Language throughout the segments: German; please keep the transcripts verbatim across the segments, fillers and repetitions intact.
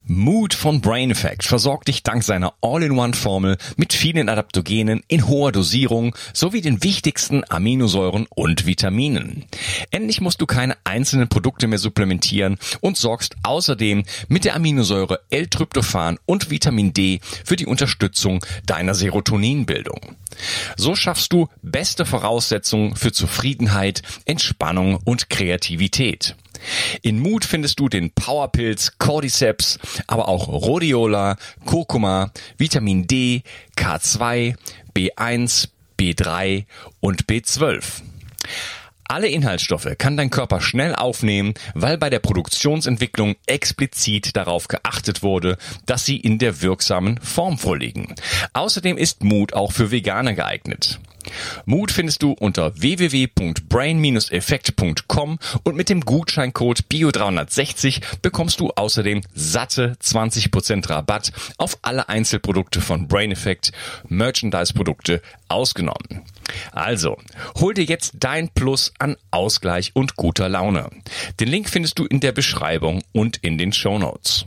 Mood von Brain Effect versorgt dich dank seiner All-in-One-Formel mit vielen Adaptogenen in hoher Dosierung sowie den wichtigsten Aminosäuren und Vitaminen. Endlich musst du keine einzelnen Produkte mehr supplementieren und sorgst außerdem mit der Aminosäure L-Tryptophan und Vitamin D für die Unterstützung deiner Serotoninbildung. So schaffst du beste Voraussetzungen für Zufriedenheit, Entspannung und Kreativität. In Mood findest du den Powerpilz, Cordyceps, aber auch Rhodiola, Kurkuma, Vitamin D, K zwei, B eins, B drei und B zwölf. Alle Inhaltsstoffe kann dein Körper schnell aufnehmen, weil bei der Produktionsentwicklung explizit darauf geachtet wurde, dass sie in der wirksamen Form vorliegen. Außerdem ist Mood auch für Veganer geeignet. Mood findest du unter w w w punkt brain Bindestrich effekt punkt com und mit dem Gutscheincode B I O dreihundertsechzig bekommst du außerdem satte zwanzig Prozent Rabatt auf alle Einzelprodukte von Brain Effect, Merchandise-Produkte ausgenommen. Also, hol dir jetzt dein Plus an Ausgleich und guter Laune. Den Link findest du in der Beschreibung und in den Shownotes.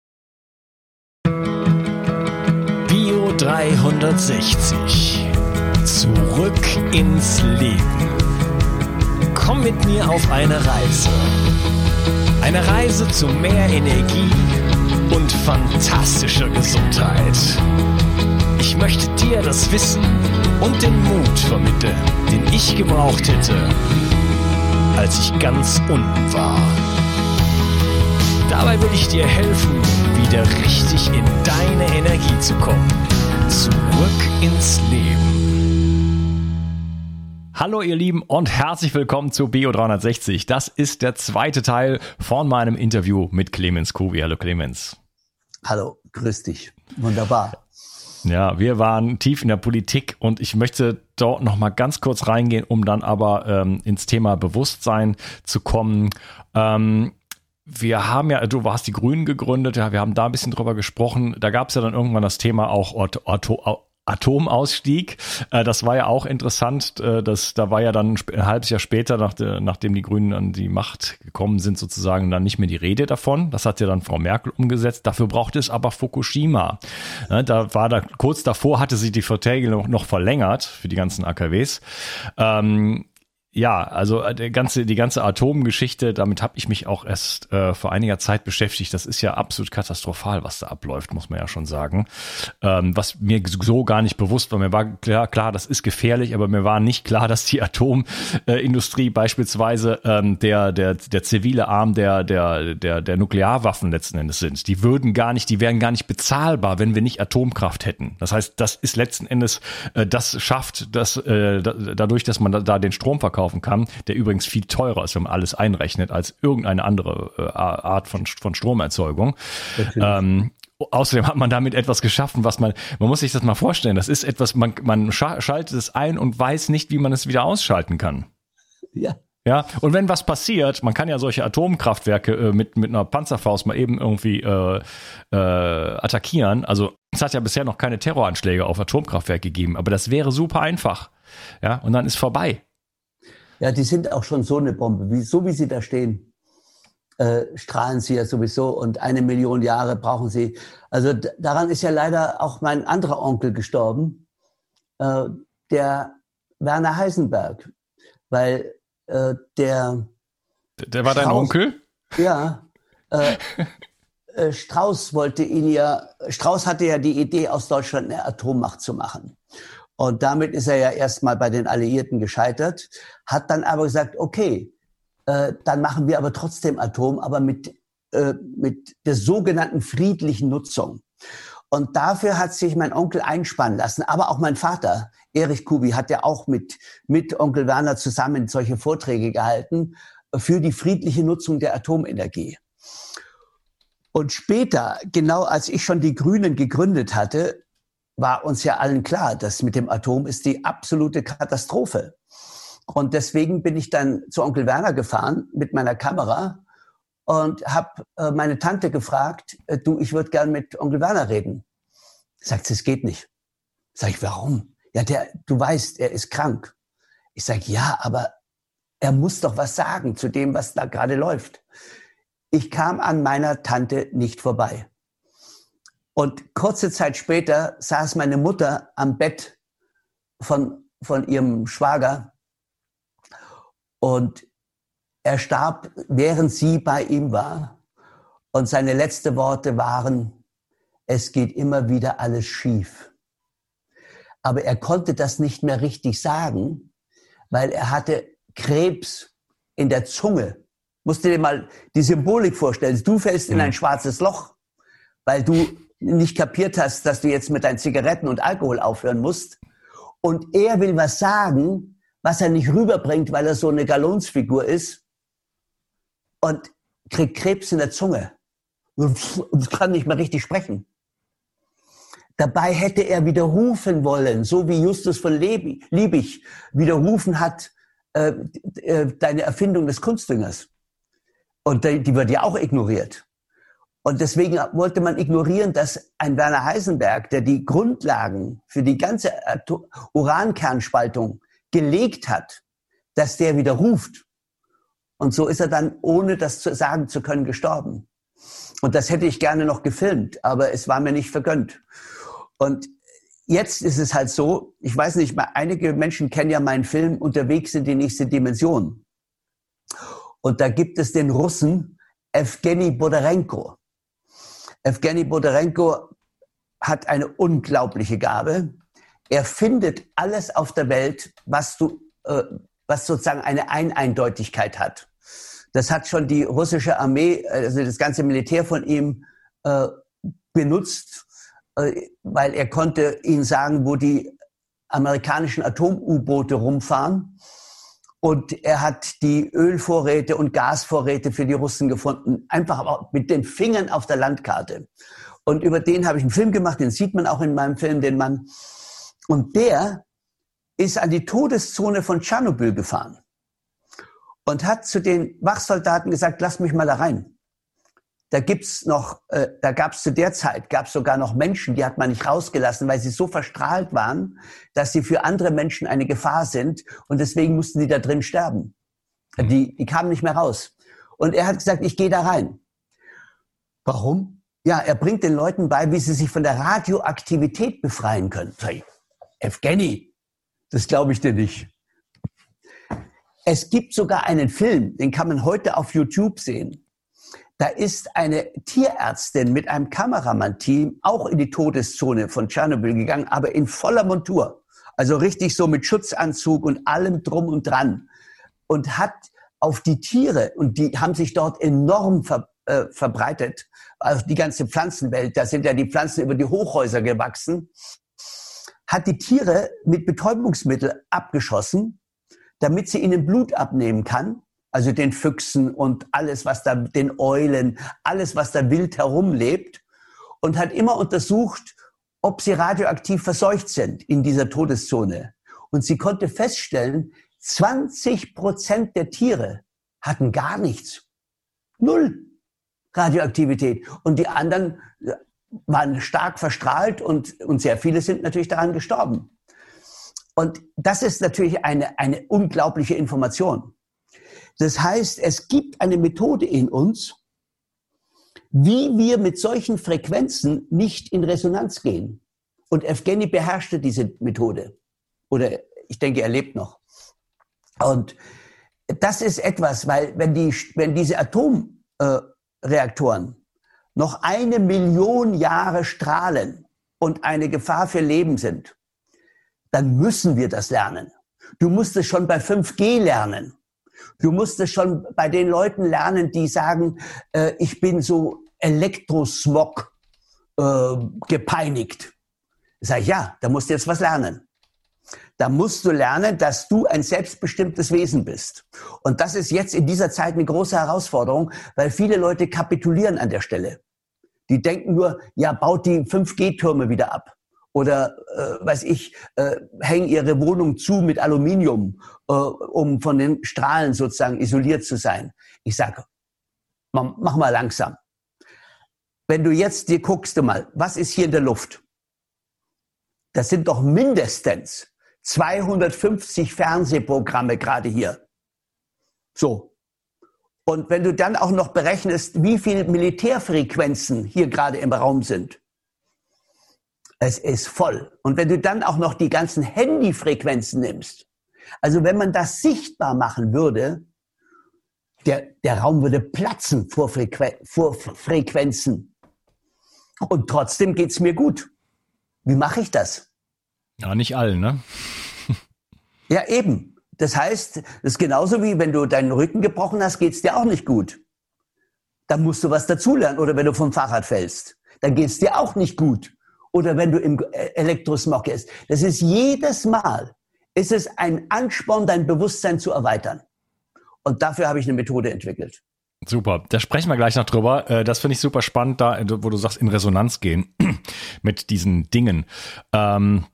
B I O dreihundertsechzig. Zurück ins Leben. Komm mit mir auf eine Reise. Eine Reise zu mehr Energie und fantastischer Gesundheit. Ich möchte dir das Wissen und den Mut vermitteln, den ich gebraucht hätte, als ich ganz unten war. Dabei will ich dir helfen, wieder richtig in deine Energie zu kommen. Zurück ins Leben. Hallo ihr Lieben und herzlich willkommen zu B I O dreihundertsechzig. Das ist der zweite Teil von meinem Interview mit Clemens Kubi. Hallo Clemens. Hallo, grüß dich. Wunderbar. Ja, wir waren tief in der Politik und ich möchte dort noch mal ganz kurz reingehen, um dann aber ähm, ins Thema Bewusstsein zu kommen. Ähm, wir haben ja, du hast die Grünen gegründet, ja, wir haben da ein bisschen drüber gesprochen. Da gab es ja dann irgendwann das Thema auch Auto, Auto, Atomausstieg. Äh, das war ja auch interessant. Äh, das, da war ja dann ein halbes Jahr später, nach de, nachdem die Grünen an die Macht gekommen sind, sozusagen dann nicht mehr die Rede davon. Das hat ja dann Frau Merkel umgesetzt. Dafür brauchte es aber Fukushima. Äh, da war da kurz davor, hatte sie die Verträge noch, noch verlängert für die ganzen A K Ws. Ähm, Ja, also der ganze, die ganze Atomgeschichte, damit habe ich mich auch erst äh, vor einiger Zeit beschäftigt. Das ist ja absolut katastrophal, was da abläuft, muss man ja schon sagen. Ähm, was mir so gar nicht bewusst war. Mir war klar, klar, das ist gefährlich, aber mir war nicht klar, dass die Atomindustrie äh, beispielsweise ähm, der der der zivile Arm der der der der Nuklearwaffen letzten Endes sind. Die würden gar nicht, die wären gar nicht bezahlbar, wenn wir nicht Atomkraft hätten. Das heißt, das ist letzten Endes äh, das schafft, dass äh, da, dadurch, dass man da, da den Strom verkauft kann, der übrigens viel teurer ist, wenn man alles einrechnet, als irgendeine andere äh, Art von, von Stromerzeugung. Ähm, außerdem hat man damit etwas geschaffen, was man, man muss sich das mal vorstellen, das ist etwas, man, man scha- schaltet es ein und weiß nicht, wie man es wieder ausschalten kann. Ja. Ja, und wenn was passiert, man kann ja solche Atomkraftwerke äh, mit mit einer Panzerfaust mal eben irgendwie äh, äh, attackieren. Also es hat ja bisher noch keine Terroranschläge auf Atomkraftwerke gegeben, aber das wäre super einfach. Ja, und dann ist vorbei. Ja, die sind auch schon so eine Bombe. Wie, so wie sie da stehen, äh, strahlen sie ja sowieso und eine Million Jahre brauchen sie. Also d- daran ist ja leider auch mein anderer Onkel gestorben, äh, der Werner Heisenberg, weil äh, der... Der war Strauß, dein Onkel? Ja. Äh, äh, Strauß wollte ihn ja... Strauß hatte ja die Idee, aus Deutschland eine Atommacht zu machen. Und damit ist er ja erstmal bei den Alliierten gescheitert, hat dann aber gesagt, okay, äh, dann machen wir aber trotzdem Atom, aber mit, äh, mit der sogenannten friedlichen Nutzung. Und dafür hat sich mein Onkel einspannen lassen, aber auch mein Vater, Erich Kubi, hat ja auch mit, mit Onkel Werner zusammen solche Vorträge gehalten für die friedliche Nutzung der Atomenergie. Und später, genau als ich schon die Grünen gegründet hatte, war uns ja allen klar, dass mit dem Atom ist die absolute Katastrophe. Und deswegen bin ich dann zu Onkel Werner gefahren mit meiner Kamera und habe äh, meine Tante gefragt, äh, du, ich würde gern mit Onkel Werner reden. Sagt sie, es geht nicht. Sag ich, warum? Ja, der, du weißt, er ist krank. Ich sage, ja, aber er muss doch was sagen zu dem, was da gerade läuft. Ich kam an meiner Tante nicht vorbei. Und kurze Zeit später saß meine Mutter am Bett von, von ihrem Schwager und er starb, während sie bei ihm war. Und seine letzten Worte waren, es geht immer wieder alles schief. Aber er konnte das nicht mehr richtig sagen, weil er hatte Krebs in der Zunge. Musst du dir mal die Symbolik vorstellen. Du fällst in ein schwarzes Loch, weil du nicht kapiert hast, dass du jetzt mit deinen Zigaretten und Alkohol aufhören musst. Und er will was sagen, was er nicht rüberbringt, weil er so eine Galionsfigur ist. Und kriegt Krebs in der Zunge. Und kann nicht mehr richtig sprechen. Dabei hätte er widerrufen wollen, so wie Justus von Liebig widerrufen hat, äh, äh, deine Erfindung des Kunstdüngers. Und die, die wird ja auch ignoriert. Und deswegen wollte man ignorieren, dass ein Werner Heisenberg, der die Grundlagen für die ganze Urankernspaltung gelegt hat, dass der widerruft. Und so ist er dann, ohne das zu sagen zu können, gestorben. Und das hätte ich gerne noch gefilmt, aber es war mir nicht vergönnt. Und jetzt ist es halt so, ich weiß nicht, einige Menschen kennen ja meinen Film Unterwegs in die nächste Dimension. Und da gibt es den Russen Evgeny Bodarenko. Evgeny Bodarenko hat eine unglaubliche Gabe. Er findet alles auf der Welt, was du, äh, was sozusagen eine Eineindeutigkeit hat. Das hat schon die russische Armee, also das ganze Militär von ihm äh, benutzt, äh, weil er konnte ihnen sagen, wo die amerikanischen Atom-U-Boote rumfahren. Und er hat die Ölvorräte und Gasvorräte für die Russen gefunden, einfach mit den Fingern auf der Landkarte. Und über den habe ich einen Film gemacht, den sieht man auch in meinem Film, den Mann. Und der ist an die Todeszone von Tschernobyl gefahren und hat zu den Wachsoldaten gesagt, lasst mich mal da rein. Da gibt's noch, äh, da gab's zu der Zeit, gab's sogar noch Menschen, die hat man nicht rausgelassen, weil sie so verstrahlt waren, dass sie für andere Menschen eine Gefahr sind und deswegen mussten die da drin sterben. Die, die kamen nicht mehr raus. Und er hat gesagt, ich gehe da rein. Warum? Ja, er bringt den Leuten bei, wie sie sich von der Radioaktivität befreien können. Sag ich, Evgeny, das glaube ich dir nicht. Es gibt sogar einen Film, den kann man heute auf YouTube sehen. Da ist eine Tierärztin mit einem Kameramann-Team auch in die Todeszone von Tschernobyl gegangen, aber in voller Montur. Also richtig so mit Schutzanzug und allem drum und dran. Und hat auf die Tiere, und die haben sich dort enorm ver, äh, verbreitet, also die ganze Pflanzenwelt, da sind ja die Pflanzen über die Hochhäuser gewachsen, hat die Tiere mit Betäubungsmittel abgeschossen, damit sie ihnen Blut abnehmen kann. Also den Füchsen und alles, was da, den Eulen, alles, was da wild herumlebt. Und hat immer untersucht, ob sie radioaktiv verseucht sind in dieser Todeszone. Und sie konnte feststellen, zwanzig Prozent der Tiere hatten gar nichts. Null Radioaktivität. Und die anderen waren stark verstrahlt und, und sehr viele sind natürlich daran gestorben. Und das ist natürlich eine, eine unglaubliche Information. Das heißt, es gibt eine Methode in uns, wie wir mit solchen Frequenzen nicht in Resonanz gehen. Und Evgeny beherrschte diese Methode. Oder ich denke, er lebt noch. Und das ist etwas, weil wenn, die, wenn diese Atomreaktoren äh, noch eine Million Jahre strahlen und eine Gefahr für Leben sind, dann müssen wir das lernen. Du musst es schon bei fünf G lernen. Du musst es schon bei den Leuten lernen, die sagen, äh, ich bin so Elektrosmog äh, gepeinigt. Sag ich, ja, da musst du jetzt was lernen. Da musst du lernen, dass du ein selbstbestimmtes Wesen bist. Und das ist jetzt in dieser Zeit eine große Herausforderung, weil viele Leute kapitulieren an der Stelle. Die denken nur, ja, baut die fünf G Türme wieder ab. Oder, äh, weiß ich, äh, hängen ihre Wohnung zu mit Aluminium, äh, um von den Strahlen sozusagen isoliert zu sein. Ich sage, mach mal langsam. Wenn du jetzt dir guckst, du mal, was ist hier in der Luft? Das sind doch mindestens zweihundertfünfzig Fernsehprogramme gerade hier. So. Und wenn du dann auch noch berechnest, wie viele Militärfrequenzen hier gerade im Raum sind, Es ist voll. Und wenn du dann auch noch die ganzen Handyfrequenzen nimmst, also wenn man das sichtbar machen würde, der, der Raum würde platzen vor, Frequen vor Frequenzen. Und trotzdem geht's mir gut. Wie mache ich das? Ja, nicht allen, ne? Ja, eben. Das heißt, das ist genauso wie wenn du deinen Rücken gebrochen hast, geht's dir auch nicht gut. Dann musst du was dazulernen. Oder wenn du vom Fahrrad fällst, dann geht's dir auch nicht gut. Oder wenn du im Elektrosmog ist. Das ist jedes Mal, ist es ein Ansporn, dein Bewusstsein zu erweitern. Und dafür habe ich eine Methode entwickelt. Super, da sprechen wir gleich noch drüber. Das finde ich super spannend, da, wo du sagst, in Resonanz gehen mit diesen Dingen. Ähm,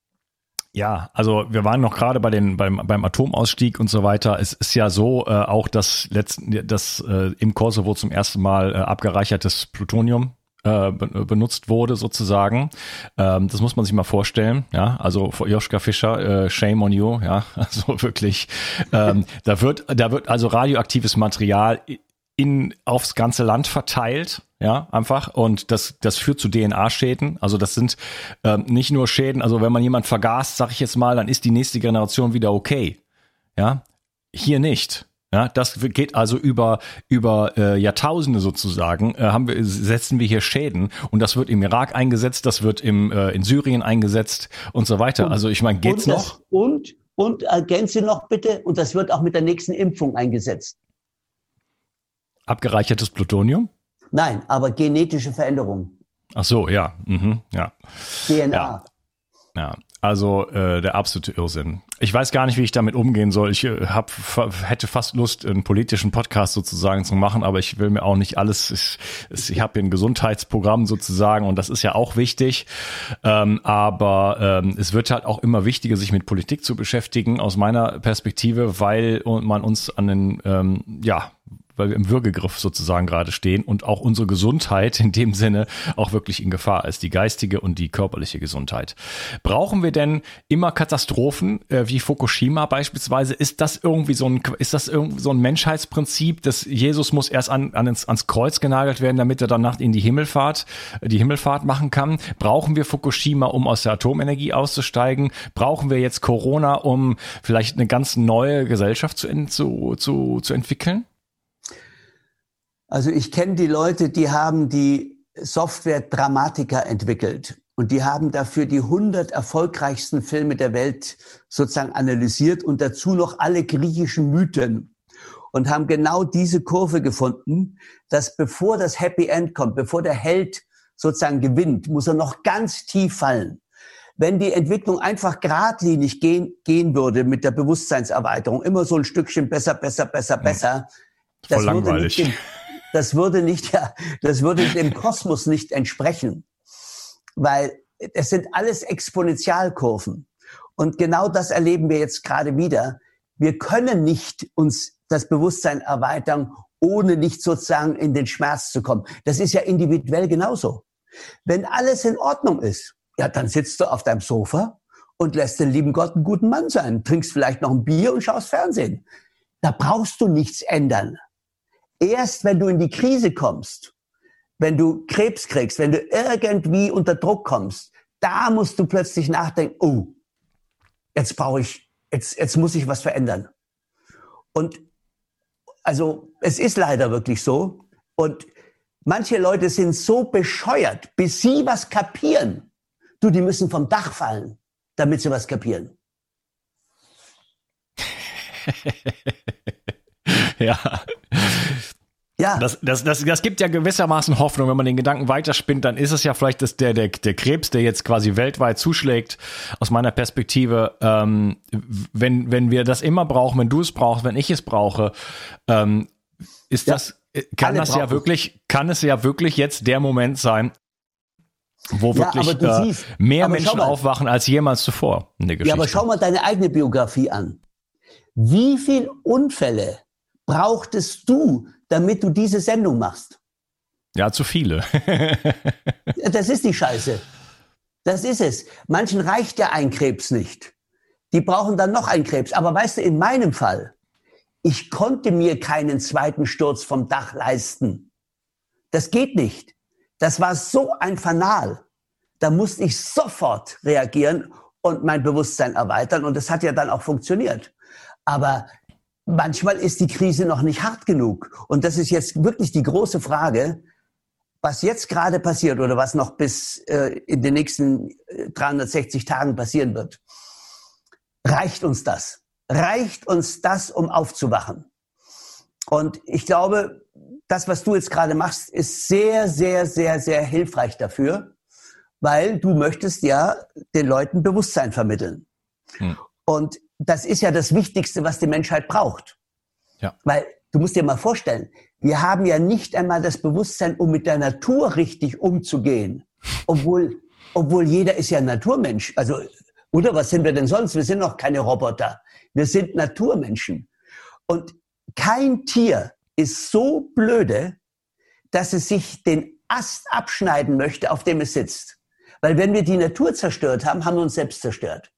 ja, also wir waren noch gerade bei den beim beim Atomausstieg und so weiter. Es ist ja so äh, auch, dass letzten, dass äh, im Kosovo zum ersten Mal äh, abgereichertes Plutonium äh, be- benutzt wurde sozusagen. Ähm, das muss man sich mal vorstellen. Ja, also Joschka Fischer, äh, shame on you. Ja, also wirklich. Ähm, da wird da wird also radioaktives Material in aufs ganze Land verteilt, ja, einfach. Und das das führt zu D N A-Schäden. Also das sind ähm, nicht nur Schäden, also wenn man jemand vergast, sag ich jetzt mal, dann ist die nächste Generation wieder okay. Ja, hier nicht. Ja, das geht also über über äh, Jahrtausende sozusagen, äh, haben wir setzen wir hier Schäden und das wird im Irak eingesetzt, das wird im äh, in Syrien eingesetzt und so weiter. Und, also ich meine, geht's und noch? Das, und und ergänze noch bitte, und das wird auch mit der nächsten Impfung eingesetzt. Abgereichertes Plutonium? Nein, aber genetische Veränderungen. Ach so, ja, mhm, ja. D N A. Ja, ja. Also äh, der absolute Irrsinn. Ich weiß gar nicht, wie ich damit umgehen soll. Ich äh, hab, hätte fast Lust, einen politischen Podcast sozusagen zu machen, aber ich will mir auch nicht alles, ich, ich habe hier ein Gesundheitsprogramm sozusagen und das ist ja auch wichtig, ähm, aber ähm, es wird halt auch immer wichtiger, sich mit Politik zu beschäftigen, aus meiner Perspektive, weil man uns an den, ähm, ja, weil wir im Würgegriff sozusagen gerade stehen und auch unsere Gesundheit in dem Sinne auch wirklich in Gefahr ist, die geistige und die körperliche Gesundheit. Brauchen wir denn immer Katastrophen äh, wie Fukushima beispielsweise? Ist das irgendwie so ein, ist das irgendwie so ein Menschheitsprinzip, dass Jesus muss erst an, an ins, ans Kreuz genagelt werden, damit er danach in die Himmelfahrt, die Himmelfahrt machen kann? Brauchen wir Fukushima, um aus der Atomenergie auszusteigen? Brauchen wir jetzt Corona, um vielleicht eine ganz neue Gesellschaft zu, zu, zu, zu entwickeln? Also ich kenne die Leute, die haben die Software Dramatica entwickelt und die haben dafür die hundert erfolgreichsten Filme der Welt sozusagen analysiert und dazu noch alle griechischen Mythen und haben genau diese Kurve gefunden, dass bevor das Happy End kommt, bevor der Held sozusagen gewinnt, muss er noch ganz tief fallen. Wenn die Entwicklung einfach geradlinig gehen, gehen würde mit der Bewusstseinserweiterung, immer so ein Stückchen besser, besser, besser, besser, voll langweilig. Würde nicht Das würde nicht, ja, das würde dem Kosmos nicht entsprechen, weil es sind alles Exponentialkurven. Und genau das erleben wir jetzt gerade wieder. Wir können nicht uns das Bewusstsein erweitern, ohne nicht sozusagen in den Schmerz zu kommen. Das ist ja individuell genauso. Wenn alles in Ordnung ist, ja, dann sitzt du auf deinem Sofa und lässt den lieben Gott einen guten Mann sein, trinkst vielleicht noch ein Bier und schaust Fernsehen. Da brauchst du nichts ändern. Erst wenn du in die Krise kommst, wenn du Krebs kriegst, wenn du irgendwie unter Druck kommst, da musst du plötzlich nachdenken, oh, jetzt brauche ich, jetzt, jetzt muss ich was verändern. Und also es ist leider wirklich so. Und manche Leute sind so bescheuert, bis sie was kapieren. Du, die müssen vom Dach fallen, damit sie was kapieren. Ja. Ja. Das, das, das, das gibt ja gewissermaßen Hoffnung, wenn man den Gedanken weiterspinnt, dann ist es ja vielleicht das, der, der, der Krebs, der jetzt quasi weltweit zuschlägt, aus meiner Perspektive, ähm, wenn, wenn wir das immer brauchen, wenn du es brauchst, wenn ich es brauche, ähm, ist ja, das, kann das ja wirklich, kann es ja wirklich jetzt der Moment sein, wo ja, wirklich äh, siehst, mehr Menschen aufwachen als jemals zuvor in der Geschichte. Ja, aber schau mal deine eigene Biografie an. Wie viele Unfälle brauchtest du, damit du diese Sendung machst? Ja, zu viele. Das ist die Scheiße. Das ist es. Manchen reicht ja ein Krebs nicht. Die brauchen dann noch einen Krebs. Aber weißt du, in meinem Fall, ich konnte mir keinen zweiten Sturz vom Dach leisten. Das geht nicht. Das war so ein Fanal. da musste ich sofort reagieren und mein Bewusstsein erweitern. Und das hat ja dann auch funktioniert. Aber manchmal ist die Krise noch nicht hart genug. Und das ist jetzt wirklich die große Frage, was jetzt gerade passiert oder was noch bis äh, in den nächsten äh, dreihundertsechzig Tagen passieren wird. Reicht uns das? Reicht uns das, um aufzuwachen? Und ich glaube, das, was du jetzt gerade machst, ist sehr, sehr, sehr, sehr hilfreich dafür, weil du möchtest ja den Leuten Bewusstsein vermitteln. Hm. Und das ist ja das Wichtigste, was die Menschheit braucht. Ja. Weil du musst dir mal vorstellen, wir haben ja nicht einmal das Bewusstsein, um mit der Natur richtig umzugehen. Obwohl, obwohl jeder ist ja ein Naturmensch. Also, oder was sind wir denn sonst? Wir sind noch keine Roboter. Wir sind Naturmenschen. Und kein Tier ist so blöde, dass es sich den Ast abschneiden möchte, auf dem es sitzt. Weil wenn wir die Natur zerstört haben, haben wir uns selbst zerstört.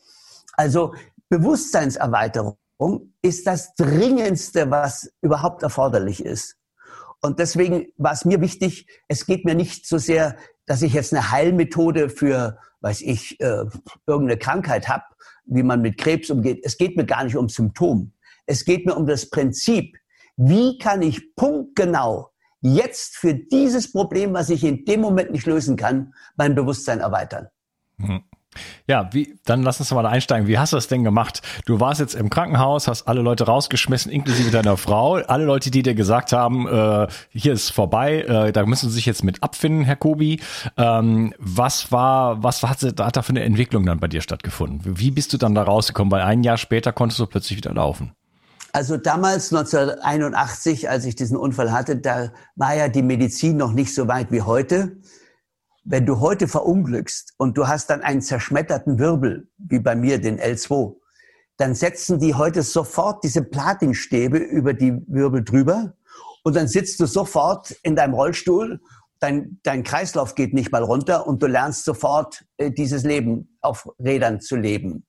Also Bewusstseinserweiterung ist das Dringendste, was überhaupt erforderlich ist. Und deswegen war es mir wichtig, es geht mir nicht so sehr, dass ich jetzt eine Heilmethode für, weiß ich, äh, irgendeine Krankheit habe, wie man mit Krebs umgeht. Es geht mir gar nicht um Symptom. Es geht mir um das Prinzip. Wie kann ich punktgenau jetzt für dieses Problem, was ich in dem Moment nicht lösen kann, mein Bewusstsein erweitern? Mhm. Ja, wie, dann lass uns mal da einsteigen. Wie hast du das denn gemacht? Du warst jetzt im Krankenhaus, hast alle Leute rausgeschmissen, inklusive deiner Frau. Alle Leute, die dir gesagt haben, äh, hier ist vorbei, äh, da müssen Sie sich jetzt mit abfinden, Herr Kobi. Ähm, was war, was hat, hat da für eine Entwicklung dann bei dir stattgefunden? Wie bist du dann da rausgekommen? Weil ein Jahr später konntest du plötzlich wieder laufen. Also damals, neunzehnhunderteinundachtzig, als ich diesen Unfall hatte, da war ja die Medizin noch nicht so weit wie heute. Wenn du heute verunglückst und du hast dann einen zerschmetterten Wirbel, wie bei mir den L zwei, dann setzen die heute sofort diese Platinstäbe über die Wirbel drüber und dann sitzt du sofort in deinem Rollstuhl, dein, dein Kreislauf geht nicht mal runter und du lernst sofort äh, dieses Leben auf Rädern zu leben.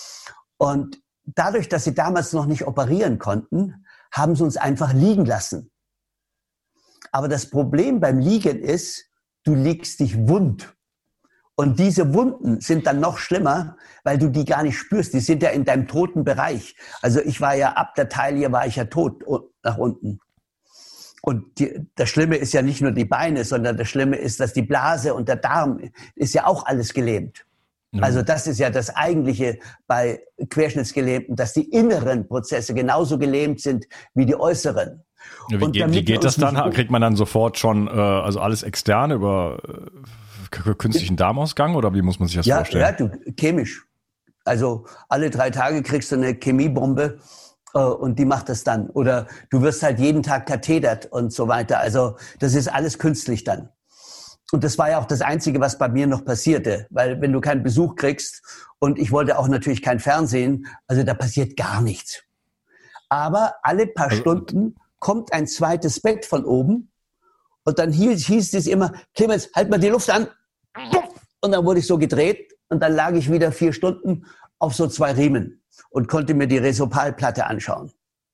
Und dadurch, dass sie damals noch nicht operieren konnten, haben sie uns einfach liegen lassen. Aber das Problem beim Liegen ist, du legst dich wund. Und diese Wunden sind dann noch schlimmer, weil du die gar nicht spürst. Die sind ja in deinem toten Bereich. Also ich war ja ab der Taille war ich ja tot nach unten. Und die, das Schlimme ist ja nicht nur die Beine, sondern das Schlimme ist, dass die Blase und der Darm ist ja auch alles gelähmt. Ja. Also das ist ja das Eigentliche bei Querschnittsgelähmten, dass die inneren Prozesse genauso gelähmt sind wie die äußeren. Ja, wie, geht, wie geht das dann? Kriegt man dann sofort schon, äh, also alles externe über äh, künstlichen Darmausgang oder wie muss man sich das ja, vorstellen? Ja, du, chemisch. Also alle drei Tage kriegst du eine Chemiebombe äh, und die macht das dann. Oder du wirst halt jeden Tag kathetert und so weiter. Also das ist alles künstlich dann. Und das war ja auch das Einzige, was bei mir noch passierte. Weil wenn du keinen Besuch kriegst und ich wollte auch natürlich kein Fernsehen, also da passiert gar nichts. Aber alle paar also, Stunden kommt ein zweites Bett von oben und dann hieß, hieß es immer, Clemens, halt mal die Luft an. Und dann wurde ich so gedreht und dann lag ich wieder vier Stunden auf so zwei Riemen und konnte mir die Resopalplatte anschauen.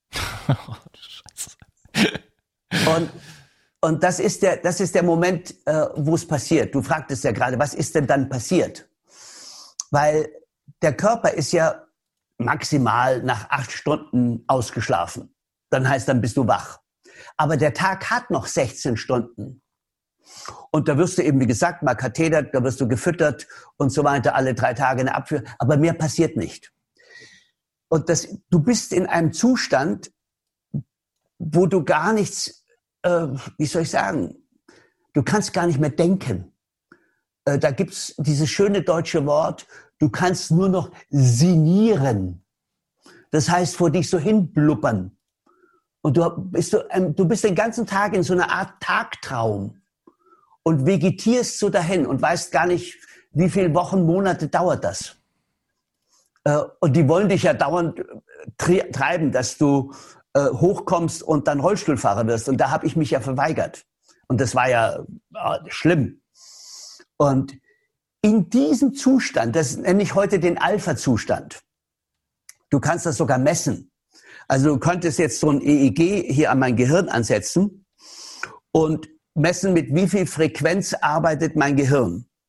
Scheiße. Und, und das ist der, das ist der Moment, äh, wo es passiert. Du fragtest ja gerade, was ist denn dann passiert? Weil der Körper ist ja maximal nach acht Stunden ausgeschlafen. Dann heißt, dann bist du wach. Aber der Tag hat noch sechzehn Stunden. Und da wirst du eben, wie gesagt, mal kathetert, da wirst du gefüttert und so weiter, alle drei Tage eine Abführung. Aber mehr passiert nicht. Und das, du bist in einem Zustand, wo du gar nichts, äh, wie soll ich sagen, du kannst gar nicht mehr denken. Äh, da gibt's dieses schöne deutsche Wort, du kannst nur noch sinnieren. Das heißt, vor dich so hinblubbern. Und du bist, du, ähm, du bist den ganzen Tag in so einer Art Tagtraum und vegetierst so dahin und weißt gar nicht, wie viele Wochen, Monate dauert das. Äh, und die wollen dich ja dauernd tri- treiben, dass du äh, hochkommst und dann Rollstuhlfahrer wirst. Und da habe ich mich ja verweigert. Und das war ja äh, schlimm. Und in diesem Zustand, das nenne ich heute den Alpha-Zustand. Du kannst das sogar messen. Also du könntest jetzt so ein E E G hier an mein Gehirn ansetzen und messen, mit wie viel Frequenz arbeitet mein Gehirn.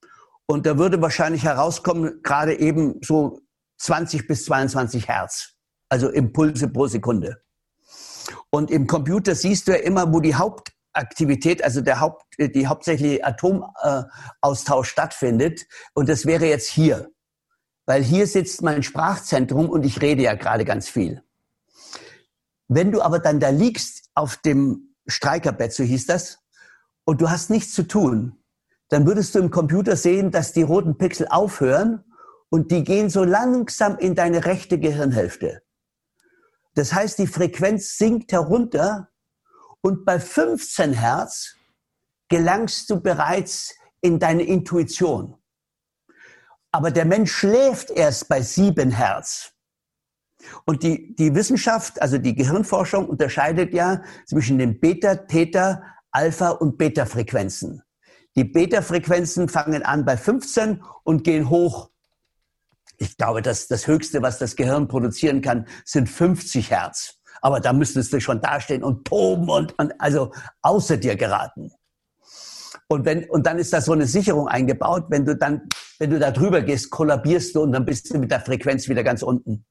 Und da würde wahrscheinlich herauskommen, gerade eben so zwanzig bis zweiundzwanzig Hertz, also Impulse pro Sekunde. Und im Computer siehst du ja immer, wo die Hauptaktivität, also der Haupt, die hauptsächliche Atomaustausch stattfindet. Und das wäre jetzt hier. Weil hier sitzt mein Sprachzentrum und ich rede ja gerade ganz viel. Wenn du aber dann da liegst auf dem Streikerbett, so hieß das, und du hast nichts zu tun, dann würdest du im Computer sehen, dass die roten Pixel aufhören und die gehen so langsam in deine rechte Gehirnhälfte. Das heißt, die Frequenz sinkt herunter und bei fünfzehn Hertz gelangst du bereits in deine Intuition. Aber der Mensch schläft erst bei sieben Hertz. Und die, die Wissenschaft, also die Gehirnforschung, unterscheidet ja zwischen den Beta, Theta, Alpha und Beta-Frequenzen. Die Beta-Frequenzen fangen an bei fünfzehn und gehen hoch. Ich glaube, dass das Höchste, was das Gehirn produzieren kann, sind fünfzig Hertz. Aber da müsstest du schon dastehen und toben und, und also außer dir geraten. Und wenn, und dann ist da so eine Sicherung eingebaut. Wenn du dann, wenn du da drüber gehst, kollabierst du und dann bist du mit der Frequenz wieder ganz unten.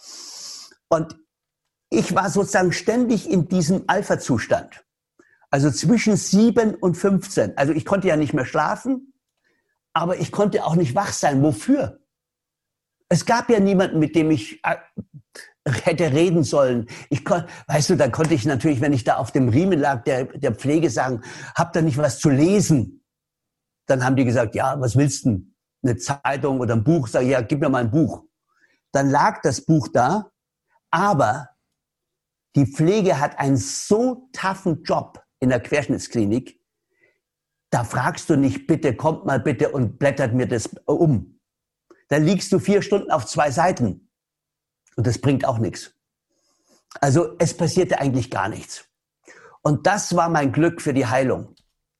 Und ich war sozusagen ständig in diesem Alpha-Zustand. Also zwischen sieben und fünfzehn. Also ich konnte ja nicht mehr schlafen, aber ich konnte auch nicht wach sein. Wofür? Es gab ja niemanden, mit dem ich äh, hätte reden sollen. Ich kon, weißt du, dann konnte ich natürlich, wenn ich da auf dem Riemen lag, der, der Pflege sagen, habt ihr nicht was zu lesen? Dann haben die gesagt, ja, was willst du? Eine Zeitung oder ein Buch? Sag ich, ja, gib mir mal ein Buch. Dann lag das Buch da, aber die Pflege hat einen so toughen Job in der Querschnittsklinik, da fragst du nicht, bitte, kommt mal bitte und blättert mir das um. Da liegst du vier Stunden auf zwei Seiten und das bringt auch nichts. Also es passierte eigentlich gar nichts. Und das war mein Glück für die Heilung.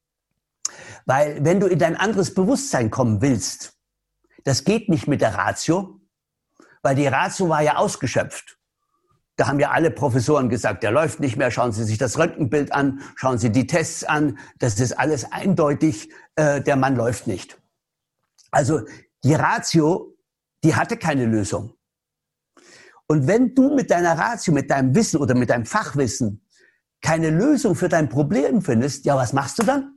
Weil wenn du in dein anderes Bewusstsein kommen willst, das geht nicht mit der Ratio, weil die Ratio war ja ausgeschöpft. Da haben ja alle Professoren gesagt, der läuft nicht mehr, schauen Sie sich das Röntgenbild an, schauen Sie die Tests an, das ist alles eindeutig, äh, der Mann läuft nicht. Also die Ratio, die hatte keine Lösung. Und wenn du mit deiner Ratio, mit deinem Wissen oder mit deinem Fachwissen keine Lösung für dein Problem findest, ja, was machst du dann?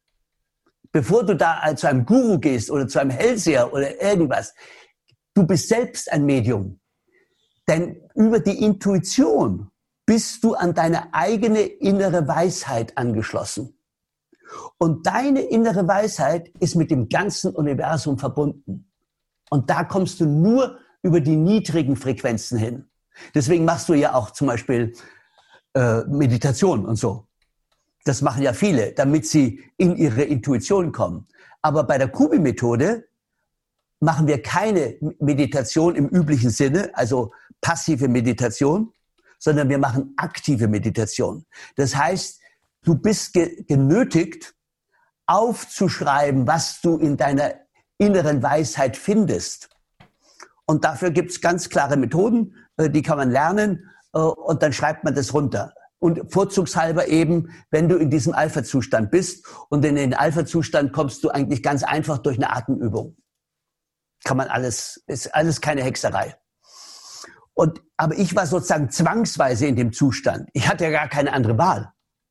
Bevor du da zu einem Guru gehst oder zu einem Hellseher oder irgendwas, du bist selbst ein Medium. Denn über die Intuition bist du an deine eigene innere Weisheit angeschlossen. Und deine innere Weisheit ist mit dem ganzen Universum verbunden. Und da kommst du nur über die niedrigen Frequenzen hin. Deswegen machst du ja auch zum Beispiel äh, Meditation und so. Das machen ja viele, damit sie in ihre Intuition kommen. Aber bei der Kubi-Methode machen wir keine Meditation im üblichen Sinne, also passive Meditation, sondern wir machen aktive Meditation. Das heißt, du bist ge- genötigt, aufzuschreiben, was du in deiner inneren Weisheit findest. Und dafür gibt es ganz klare Methoden, äh, die kann man lernen äh, und dann schreibt man das runter. Und vorzugshalber eben, wenn du in diesem Alpha-Zustand bist und in den Alpha-Zustand kommst du eigentlich ganz einfach durch eine Atemübung. Kann man alles, ist alles keine Hexerei. Und, aber ich war sozusagen zwangsweise in dem Zustand. Ich hatte ja gar keine andere Wahl.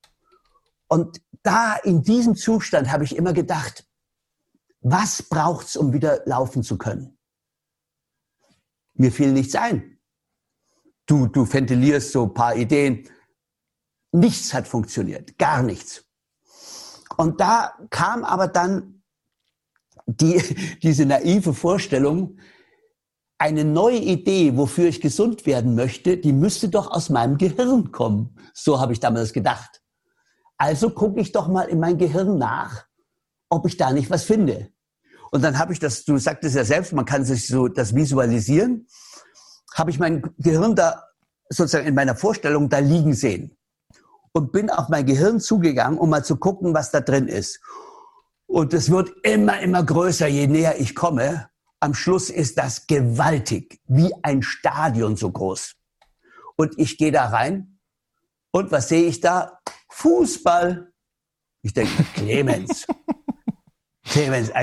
Und da in diesem Zustand habe ich immer gedacht, was braucht's, um wieder laufen zu können? Mir fiel nichts ein. Du, du ventilierst so ein paar Ideen. Nichts hat funktioniert, gar nichts. Und da kam aber dann die, diese naive Vorstellung, eine neue Idee, wofür ich gesund werden möchte, die müsste doch aus meinem Gehirn kommen. So habe ich damals gedacht. Also gucke ich doch mal in mein Gehirn nach, ob ich da nicht was finde. Und dann habe ich das, du sagtest ja selbst, man kann sich so das visualisieren, habe ich mein Gehirn da sozusagen in meiner Vorstellung da liegen sehen. Und bin auf mein Gehirn zugegangen, um mal zu gucken, was da drin ist. Und es wird immer, immer größer, je näher ich komme. Am Schluss ist das gewaltig, wie ein Stadion so groß. Und ich gehe da rein und was sehe ich da? Fußball. Ich denke, Clemens, Clemens, also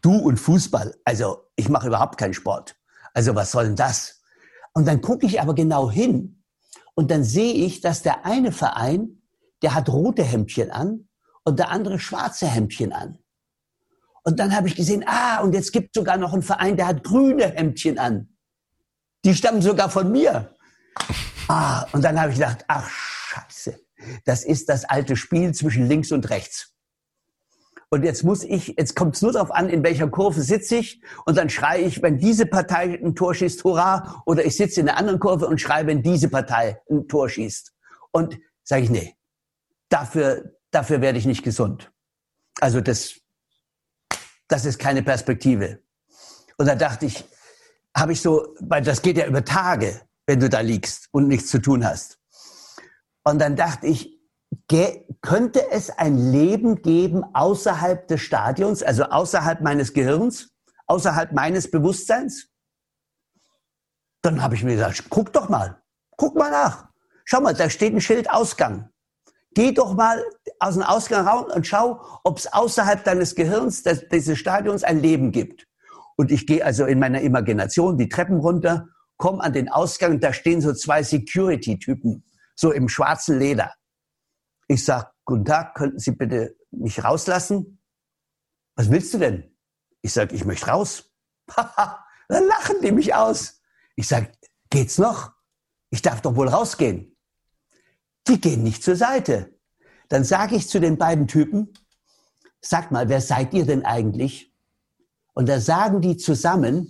du und Fußball, also ich mache überhaupt keinen Sport. Also was soll denn das? Und dann gucke ich aber genau hin und dann sehe ich, dass der eine Verein, der hat rote Hemdchen an und der andere schwarze Hemdchen an. Und dann habe ich gesehen, ah, und jetzt gibt es sogar noch einen Verein, der hat grüne Hemdchen an. Die stammen sogar von mir. Ah, und dann habe ich gedacht, ach Scheiße, das ist das alte Spiel zwischen links und rechts. Und jetzt muss ich, jetzt kommt es nur darauf an, in welcher Kurve sitze ich. Und dann schreie ich, wenn diese Partei ein Tor schießt, hurra. Oder ich sitze in einer anderen Kurve und schreie, wenn diese Partei ein Tor schießt. Und sage ich, nee, dafür, dafür werde ich nicht gesund. Also das, das ist keine Perspektive. Und da dachte ich, habe ich so, weil das geht ja über Tage, wenn du da liegst und nichts zu tun hast. Und dann dachte ich, könnte es ein Leben geben außerhalb des Stadions, also außerhalb meines Gehirns, außerhalb meines Bewusstseins? Dann habe ich mir gesagt, guck doch mal, guck mal nach. Schau mal, da steht ein Schild Ausgang. Geh doch mal aus dem Ausgang raus und schau, ob es außerhalb deines Gehirns, des, dieses Stadions, ein Leben gibt. Und ich gehe also in meiner Imagination die Treppen runter, komme an den Ausgang, da stehen so zwei Security-Typen, so im schwarzen Leder. Ich sage, guten Tag, könnten Sie bitte mich rauslassen? Was willst du denn? Ich sage, ich möchte raus. Dann lachen die mich aus. Ich sage, geht's noch? Ich darf doch wohl rausgehen. Die gehen nicht zur Seite. Dann sage ich zu den beiden Typen, sag mal, wer seid ihr denn eigentlich? Und da sagen die zusammen,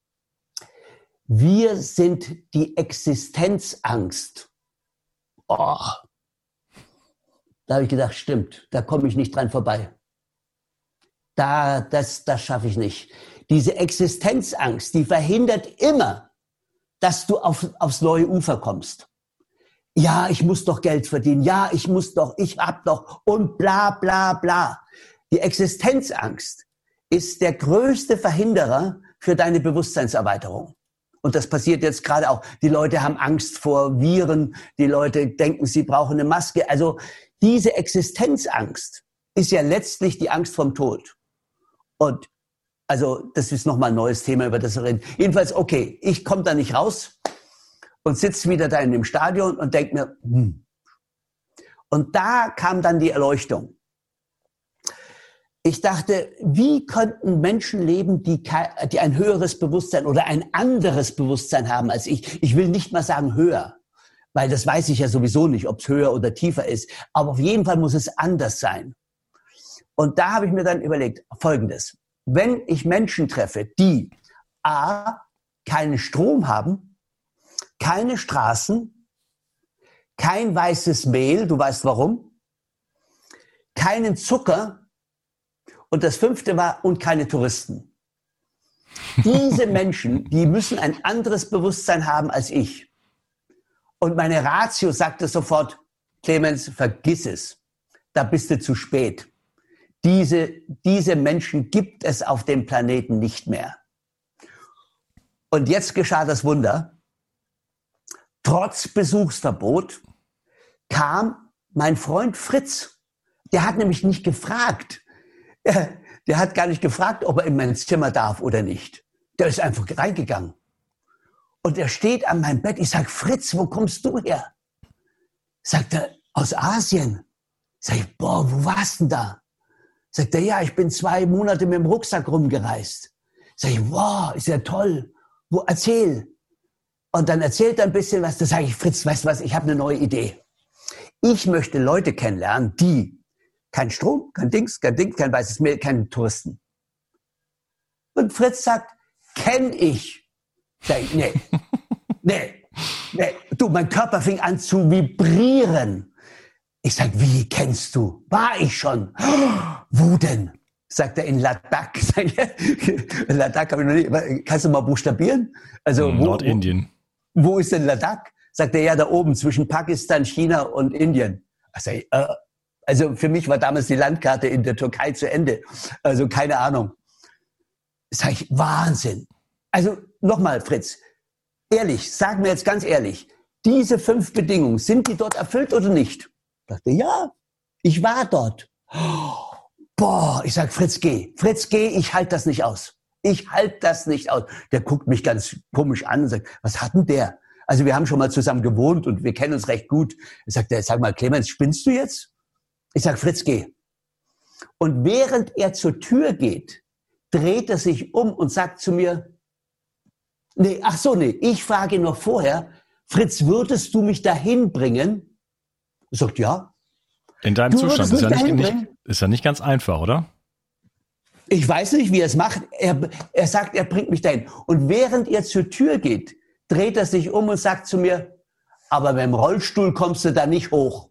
wir sind die Existenzangst. Oh. Da habe ich gedacht, stimmt, da komme ich nicht dran vorbei. Da, das, das schaffe ich nicht. Diese Existenzangst, die verhindert immer, dass du auf, aufs neue Ufer kommst. Ja, ich muss doch Geld verdienen. Ja, ich muss doch, ich hab doch und bla, bla, bla. Die Existenzangst ist der größte Verhinderer für deine Bewusstseinserweiterung. Und das passiert jetzt gerade auch. Die Leute haben Angst vor Viren. Die Leute denken, sie brauchen eine Maske. Also diese Existenzangst ist ja letztlich die Angst vom Tod. Und also das ist nochmal ein neues Thema, über das wir reden. Jedenfalls, okay, ich komme da nicht raus und sitze wieder da in dem Stadion und denke mir, hm. Und da kam dann die Erleuchtung. Ich dachte, wie könnten Menschen leben, die, die ein höheres Bewusstsein oder ein anderes Bewusstsein haben als ich? Ich will nicht mal sagen höher, weil das weiß ich ja sowieso nicht, ob es höher oder tiefer ist. Aber auf jeden Fall muss es anders sein. Und da habe ich mir dann überlegt, Folgendes. Wenn ich Menschen treffe, die a. keinen Strom haben, keine Straßen, kein weißes Mehl, du weißt warum, keinen Zucker, und das fünfte war, und keine Touristen. Diese Menschen, die müssen ein anderes Bewusstsein haben als ich. Und meine Ratio sagte sofort, Clemens, vergiss es. Da bist du zu spät. Diese, diese Menschen gibt es auf dem Planeten nicht mehr. Und jetzt geschah das Wunder. Trotz Besuchsverbot kam mein Freund Fritz. Der hat nämlich nicht gefragt. Der hat gar nicht gefragt, ob er in mein Zimmer darf oder nicht. Der ist einfach reingegangen. Und er steht an meinem Bett. Ich sage, Fritz, wo kommst du her? Sagt er, aus Asien. Sag ich, boah, wo warst denn da? Sagt er, ja, ich bin zwei Monate mit dem Rucksack rumgereist. Sag ich, wow, ist ja toll. Wo, erzähl. Und dann erzählt er ein bisschen was. Da sage ich, Fritz, weißt du was, ich habe eine neue Idee. Ich möchte Leute kennenlernen, die kein Strom, kein Dings, kein Ding, kein weißes Mehl, keine Touristen. Und Fritz sagt, kenn ich. Sag ich, nee, nee, nee. Du, mein Körper fing an zu vibrieren. Ich sag, wie kennst du? War ich schon. Wo denn? Sagt er, in Ladakh. Sag ich, Ladakh habe ich noch nicht. Kannst du mal buchstabieren? Also wo, Nordindien. Wo, wo ist denn Ladakh? Sagt er, ja, da oben zwischen Pakistan, China und Indien. Ich sag, äh, Also für mich war damals die Landkarte in der Türkei zu Ende. Also keine Ahnung. Sag ich, Wahnsinn. Also nochmal, Fritz, ehrlich, sag mir jetzt ganz ehrlich, diese fünf Bedingungen, sind die dort erfüllt oder nicht? Ich dachte, ja, ich war dort. Boah, ich sag, Fritz, geh. Fritz, geh, ich halte das nicht aus. Ich halte das nicht aus. Der guckt mich ganz komisch an und sagt, was hat denn der? Also wir haben schon mal zusammen gewohnt und wir kennen uns recht gut. Er sagt, sag mal, Clemens, spinnst du jetzt? Ich sag, Fritz, geh. Und während er zur Tür geht, dreht er sich um und sagt zu mir, nee, ach so, nee, ich frage ihn noch vorher, Fritz, würdest du mich dahin bringen? Er sagt, ja. In deinem Du Zustand ist würdest ja mich nicht, dahin nicht, bringen? ist ja nicht ganz einfach, oder? Ich weiß nicht, wie er es macht. Er, er sagt, er bringt mich dahin. Und während er zur Tür geht, dreht er sich um und sagt zu mir, aber mit dem Rollstuhl kommst du da nicht hoch.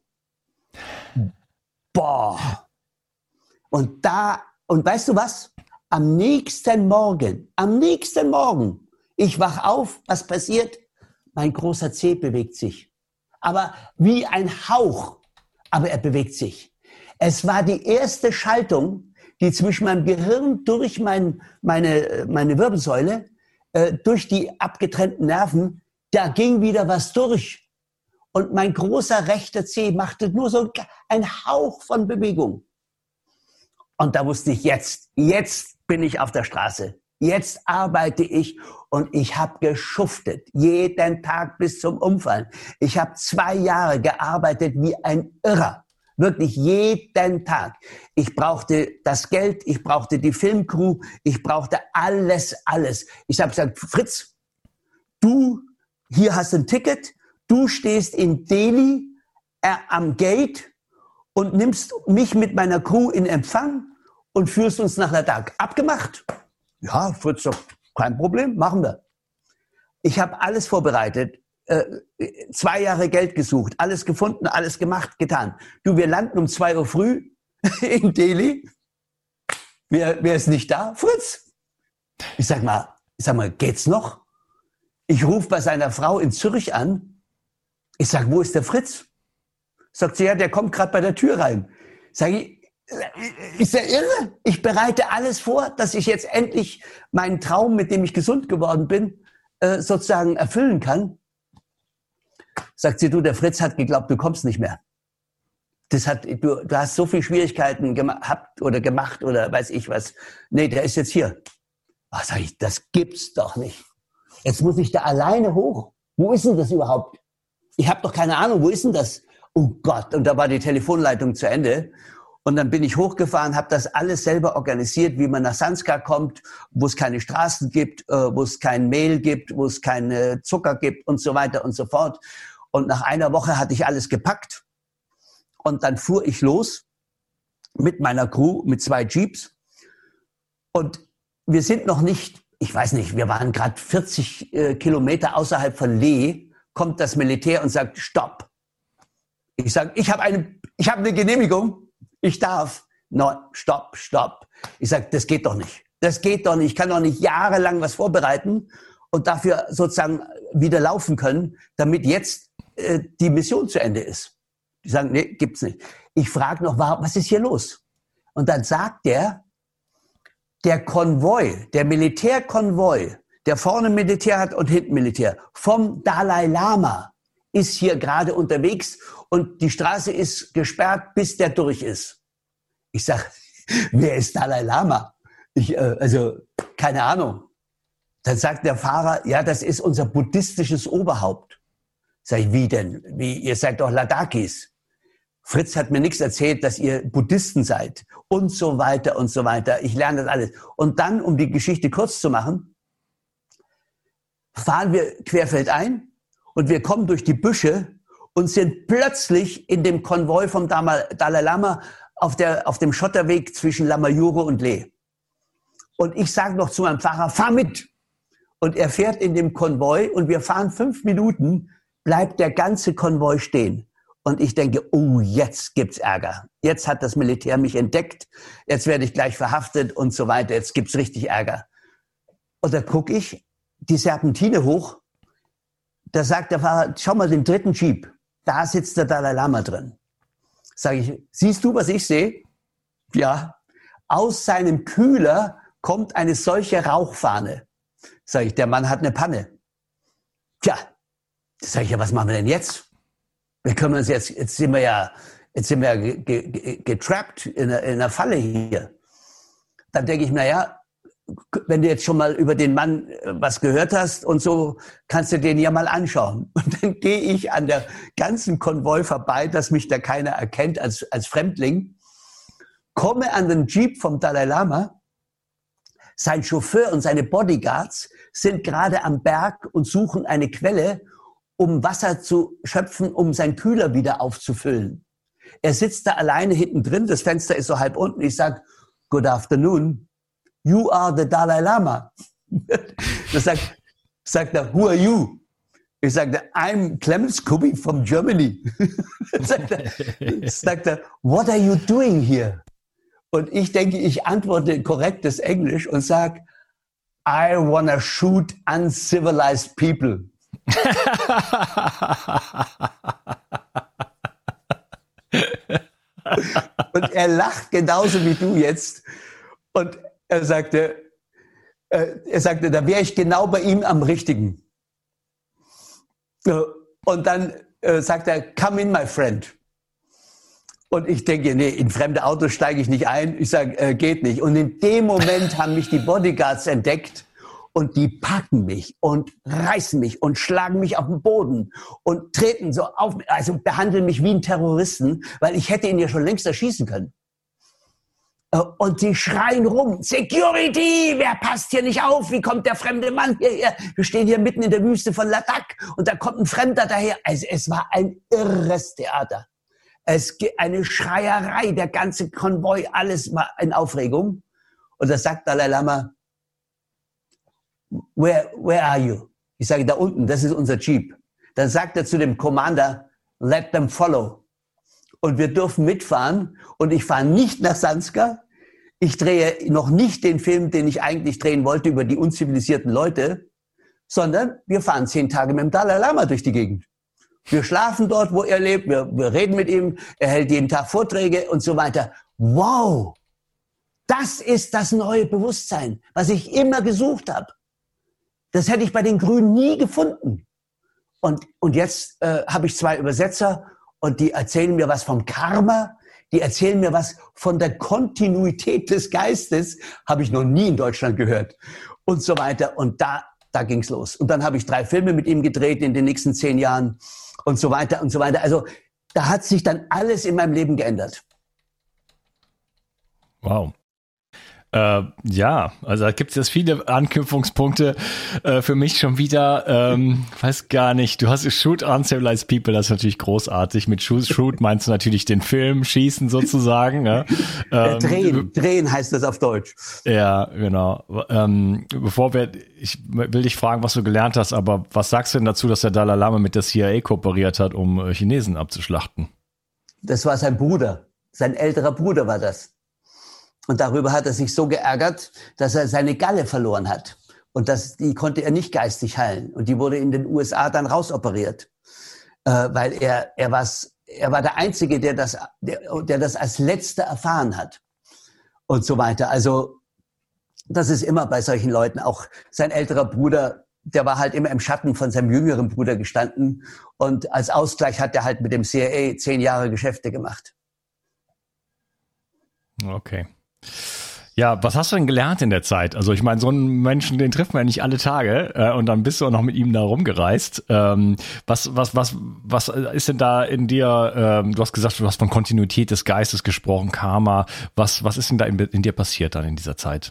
Boah. Und da, und weißt du was? Am nächsten Morgen, am nächsten Morgen, ich wach auf, was passiert? Mein großer Zeh bewegt sich. Aber wie ein Hauch. Aber er bewegt sich. Es war die erste Schaltung, die zwischen meinem Gehirn durch mein, meine, meine Wirbelsäule, äh, durch die abgetrennten Nerven, da ging wieder was durch. Und mein großer rechter Zeh machte nur so ein Hauch von Bewegung. Und da wusste ich, jetzt, jetzt bin ich auf der Straße. Jetzt arbeite ich und ich habe geschuftet, jeden Tag bis zum Umfallen. Ich habe zwei Jahre gearbeitet wie ein Irrer. Wirklich jeden Tag. Ich brauchte das Geld, ich brauchte die Filmcrew, ich brauchte alles, alles. Ich habe gesagt, Fritz, du, hier hast ein Ticket, du stehst in Delhi äh, am Gate und nimmst mich mit meiner Crew in Empfang und führst uns nach Ladakh. Abgemacht? Ja, Fritz sagt, kein Problem, machen wir. Ich habe alles vorbereitet. Äh, zwei Jahre Geld gesucht, alles gefunden, alles gemacht, getan. Du, wir landen um zwei Uhr früh in Delhi. Wer, wer ist nicht da? Fritz. Ich sag mal, ich sag mal, geht's noch? Ich rufe bei seiner Frau in Zürich an. Ich sag, wo ist der Fritz? Sagt sie, ja, der kommt gerade bei der Tür rein. Sag ich, ist er irre? Ich bereite alles vor, dass ich jetzt endlich meinen Traum, mit dem ich gesund geworden bin, äh, sozusagen erfüllen kann. Sagt sie, du, der Fritz hat geglaubt, du kommst nicht mehr. Das hat, du, du hast so viele Schwierigkeiten gehabt oder gemacht oder weiß ich was. Nee, der ist jetzt hier. Ach, sag ich, das gibt's doch nicht. Jetzt muss ich da alleine hoch. Wo ist denn das überhaupt? Ich habe doch keine Ahnung, wo ist denn das? Oh Gott, und da war die Telefonleitung zu Ende. Und dann bin ich hochgefahren, habe das alles selber organisiert, wie man nach Sanskar kommt, wo es keine Straßen gibt, äh, wo es kein Mehl gibt, wo es keine Zucker gibt und so weiter und so fort. Und nach einer Woche hatte ich alles gepackt. Und dann fuhr ich los mit meiner Crew, mit zwei Jeeps. Und wir sind noch nicht, ich weiß nicht, wir waren gerade vierzig äh, Kilometer außerhalb von Leh, kommt das Militär und sagt, stopp. Ich sage, ich habe eine, ich habe eine Genehmigung. Ich darf. No, stopp, stopp. Ich sage, das geht doch nicht. Das geht doch nicht. Ich kann doch nicht jahrelang was vorbereiten und dafür sozusagen wieder laufen können, damit jetzt äh, die Mission zu Ende ist. Die sagen, nee, gibt's nicht. Ich frage noch, was ist hier los? Und dann sagt der, der Konvoi, der Militärkonvoi, der vorne Militär hat und hinten Militär, vom Dalai Lama ist hier gerade unterwegs und die Straße ist gesperrt, bis der durch ist. Ich sag, wer ist Dalai Lama? Ich, äh, also, keine Ahnung. Dann sagt der Fahrer, ja, das ist unser buddhistisches Oberhaupt. Sag ich, wie denn? Wie, ihr seid doch Ladakis. Fritz hat mir nichts erzählt, dass ihr Buddhisten seid. Und so weiter und so weiter. Ich lerne das alles. Und dann, um die Geschichte kurz zu machen, fahren wir querfeldein und wir kommen durch die Büsche und sind plötzlich in dem Konvoi vom Dalai Lama auf, der, auf dem Schotterweg zwischen Lamayure und Leh. Und ich sage noch zu meinem Fahrer, fahr mit. Und er fährt in dem Konvoi und wir fahren fünf Minuten, bleibt der ganze Konvoi stehen. Und ich denke, oh, jetzt gibt's Ärger. Jetzt hat das Militär mich entdeckt. Jetzt werde ich gleich verhaftet und so weiter. Jetzt gibt's richtig Ärger. Und da gucke ich die Serpentine hoch. Da sagt der Fahrer, schau mal den dritten Jeep. Da sitzt der Dalai Lama drin. Sage ich, siehst du, was ich sehe? Ja. Aus seinem Kühler kommt eine solche Rauchfahne. Sage ich, der Mann hat eine Panne. Tja, sage ich, ja, was machen wir denn jetzt? Wir können uns jetzt, jetzt sind wir ja jetzt sind wir ge- ge- getrappt in einer, in einer Falle hier. Dann denke ich, naja, wenn du jetzt schon mal über den Mann was gehört hast und so, kannst du den ja mal anschauen. Und dann gehe ich an der ganzen Konvoi vorbei, dass mich da keiner erkennt als, als Fremdling, komme an den Jeep vom Dalai Lama. Sein Chauffeur und seine Bodyguards sind gerade am Berg und suchen eine Quelle, um Wasser zu schöpfen, um seinen Kühler wieder aufzufüllen. Er sitzt da alleine hinten drin, das Fenster ist so halb unten. Ich sag, good afternoon, you are the Dalai Lama. Das sagt, sagt er, who are you? Ich sagte, I'm Clemens Kubby from Germany. sagt, er, sagt er, what are you doing here? Und ich denke, ich antworte korrektes Englisch und sag, I wanna shoot uncivilized people. Und er lacht genauso wie du jetzt. Und er sagte, äh, er sagte, da wäre ich genau bei ihm am Richtigen. Und dann äh, sagt er, come in, my friend. Und ich denke, nee, in fremde Autos steige ich nicht ein. Ich sage, äh, geht nicht. Und in dem Moment haben mich die Bodyguards entdeckt und die packen mich und reißen mich und schlagen mich auf den Boden und treten so auf, also behandeln mich wie einen Terroristen, weil ich hätte ihn ja schon längst erschießen können. Und die schreien rum, Security, wer passt hier nicht auf? Wie kommt der fremde Mann hierher? Wir stehen hier mitten in der Wüste von Ladakh und da kommt ein Fremder daher. Also es war ein irres Theater. Es gibt eine Schreierei, der ganze Konvoi, alles war in Aufregung. Und da sagt Dalai Lama, where, where are you? Ich sage, da unten, das ist unser Jeep. Dann sagt er zu dem Commander, let them follow. Und wir dürfen mitfahren und ich fahre nicht nach Sanskar. Ich drehe noch nicht den Film, den ich eigentlich drehen wollte über die unzivilisierten Leute, sondern wir fahren zehn Tage mit dem Dalai Lama durch die Gegend. Wir schlafen dort, wo er lebt, wir, wir reden mit ihm, er hält jeden Tag Vorträge und so weiter. Wow, das ist das neue Bewusstsein, was ich immer gesucht habe. Das hätte ich bei den Grünen nie gefunden. Und, und jetzt äh, habe ich zwei Übersetzer und die erzählen mir was vom Karma, die erzählen mir was von der Kontinuität des Geistes, habe ich noch nie in Deutschland gehört und so weiter. Und da, da ging's los. Und dann habe ich drei Filme mit ihm gedreht in den nächsten zehn Jahren und so weiter und so weiter. Also da hat sich dann alles in meinem Leben geändert. Wow. Äh, ja, also da gibt es jetzt viele Anknüpfungspunkte äh, für mich schon wieder. Ähm, weiß gar nicht, du hast Shoot Uncivilized People, das ist natürlich großartig. Mit Shoot, Shoot meinst du natürlich den Film, Schießen sozusagen. Ne? Ähm, drehen, drehen heißt das auf Deutsch. Ja, genau. Ähm, bevor wir, ich will dich fragen, was du gelernt hast, aber was sagst du denn dazu, dass der Dalai Lama mit der C I A kooperiert hat, um äh, Chinesen abzuschlachten? Das war sein Bruder, sein älterer Bruder war das. Und darüber hat er sich so geärgert, dass er seine Galle verloren hat. Und das, die konnte er nicht geistig heilen. Und die wurde in den U S A dann rausoperiert. Äh, weil er, er, was, er war der Einzige, der das, der, der das als Letzter erfahren hat. Und so weiter. Also, das ist immer bei solchen Leuten. Auch sein älterer Bruder, der war halt immer im Schatten von seinem jüngeren Bruder gestanden. Und als Ausgleich hat er halt mit dem C I A zehn Jahre Geschäfte gemacht. Okay. Ja, was hast du denn gelernt in der Zeit? Also ich meine, so einen Menschen, den trifft man ja nicht alle Tage äh, und dann bist du auch noch mit ihm da rumgereist. Ähm, was, was, was, was ist denn da in dir, ähm, du hast gesagt, du hast von Kontinuität des Geistes gesprochen, Karma. Was, was ist denn da in, in dir passiert dann in dieser Zeit?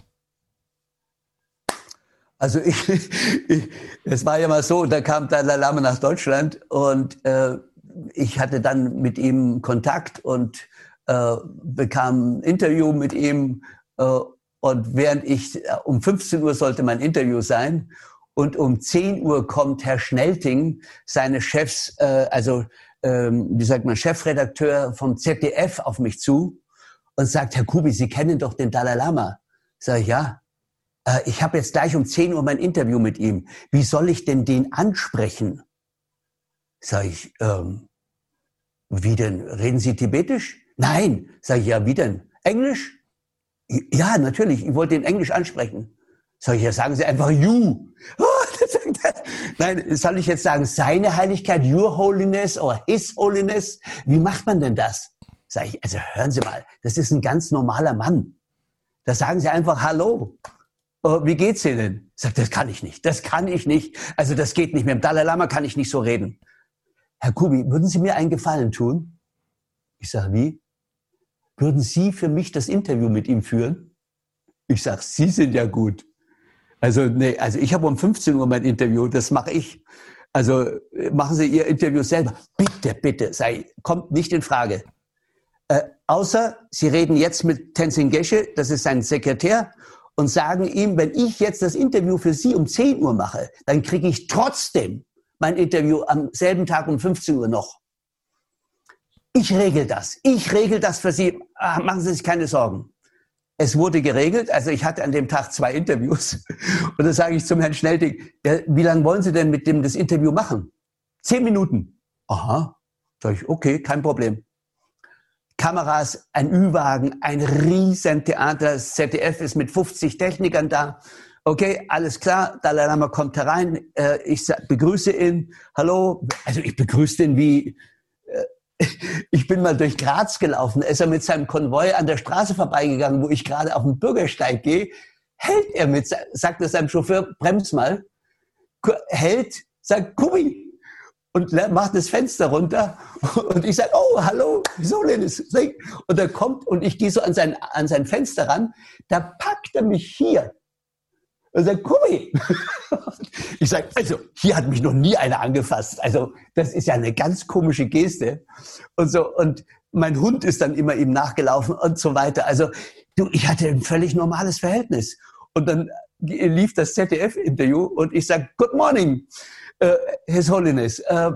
Also ich, ich, es war ja mal so, da kam Dalai Lama nach Deutschland und äh, ich hatte dann mit ihm Kontakt und äh, bekam ein Interview mit ihm äh, und während ich, äh, um fünfzehn Uhr sollte mein Interview sein und um zehn Uhr kommt Herr Schnelting, seine Chefs, äh, also ähm, wie sagt man, Chefredakteur vom Z D F auf mich zu und sagt, Herr Kubi, Sie kennen doch den Dalai Lama. Sag ich, ja. Äh, ich habe jetzt gleich um zehn Uhr mein Interview mit ihm. Wie soll ich denn den ansprechen? Sag ich, ähm, wie denn? Reden Sie Tibetisch? Nein. Sag ich, ja, wie denn? Englisch? Ja, natürlich. Ich wollte ihn Englisch ansprechen. Sag ich, ja, sagen Sie einfach you. Nein, soll ich jetzt sagen, seine Heiligkeit, your holiness or his holiness? Wie macht man denn das? Sag ich, also hören Sie mal, das ist ein ganz normaler Mann. Da sagen Sie einfach Hallo. Oh, wie geht's Ihnen? Ich sag, das kann ich nicht, das kann ich nicht. Also das geht nicht, mit dem Dalai Lama kann ich nicht so reden. Herr Kubi, würden Sie mir einen Gefallen tun? Ich sag, wie? Würden Sie für mich das Interview mit ihm führen? Ich sag, Sie sind ja gut. Also nee, also ich habe um fünfzehn Uhr mein Interview, das mache ich. Also machen Sie Ihr Interview selber. Bitte, bitte, sei, kommt nicht in Frage. Äh, außer Sie reden jetzt mit Tenzin Geshe, das ist sein Sekretär, und sagen ihm, wenn ich jetzt das Interview für Sie um zehn Uhr mache, dann kriege ich trotzdem mein Interview am selben Tag um fünfzehn Uhr noch. Ich regel das. Ich regel das für Sie. Ach, machen Sie sich keine Sorgen. Es wurde geregelt. Also ich hatte an dem Tag zwei Interviews. Und dann sage ich zum Herrn Schnellding, ja, wie lange wollen Sie denn mit dem das Interview machen? Zehn Minuten. Aha. Sag ich, okay, kein Problem. Kameras, ein Ü-Wagen, ein riesen Theater. Das Z D F ist mit fünfzig Technikern da. Okay, alles klar. Dalai Lama kommt herein. Äh, ich begrüße ihn. Hallo. Also ich begrüße ihn wie... Äh, ich bin mal durch Graz gelaufen. Da ist er mit seinem Konvoi an der Straße vorbeigegangen, wo ich gerade auf den Bürgersteig gehe. Hält er mit, sagt er seinem Chauffeur, brems mal. Hält, sagt Kubi. Und macht das Fenster runter und ich sage, oh, hallo, so Lennis. Und er kommt und ich gehe so an sein, an sein Fenster ran, da packt er mich hier und sagt, Kubi. Ich sage, also, hier hat mich noch nie einer angefasst. Also, das ist ja eine ganz komische Geste. Und so, und mein Hund ist dann immer ihm nachgelaufen und so weiter. Also, du, ich hatte ein völlig normales Verhältnis. Und dann lief das Z D F-Interview und ich sage, good morning. Uh, His Holiness, uh,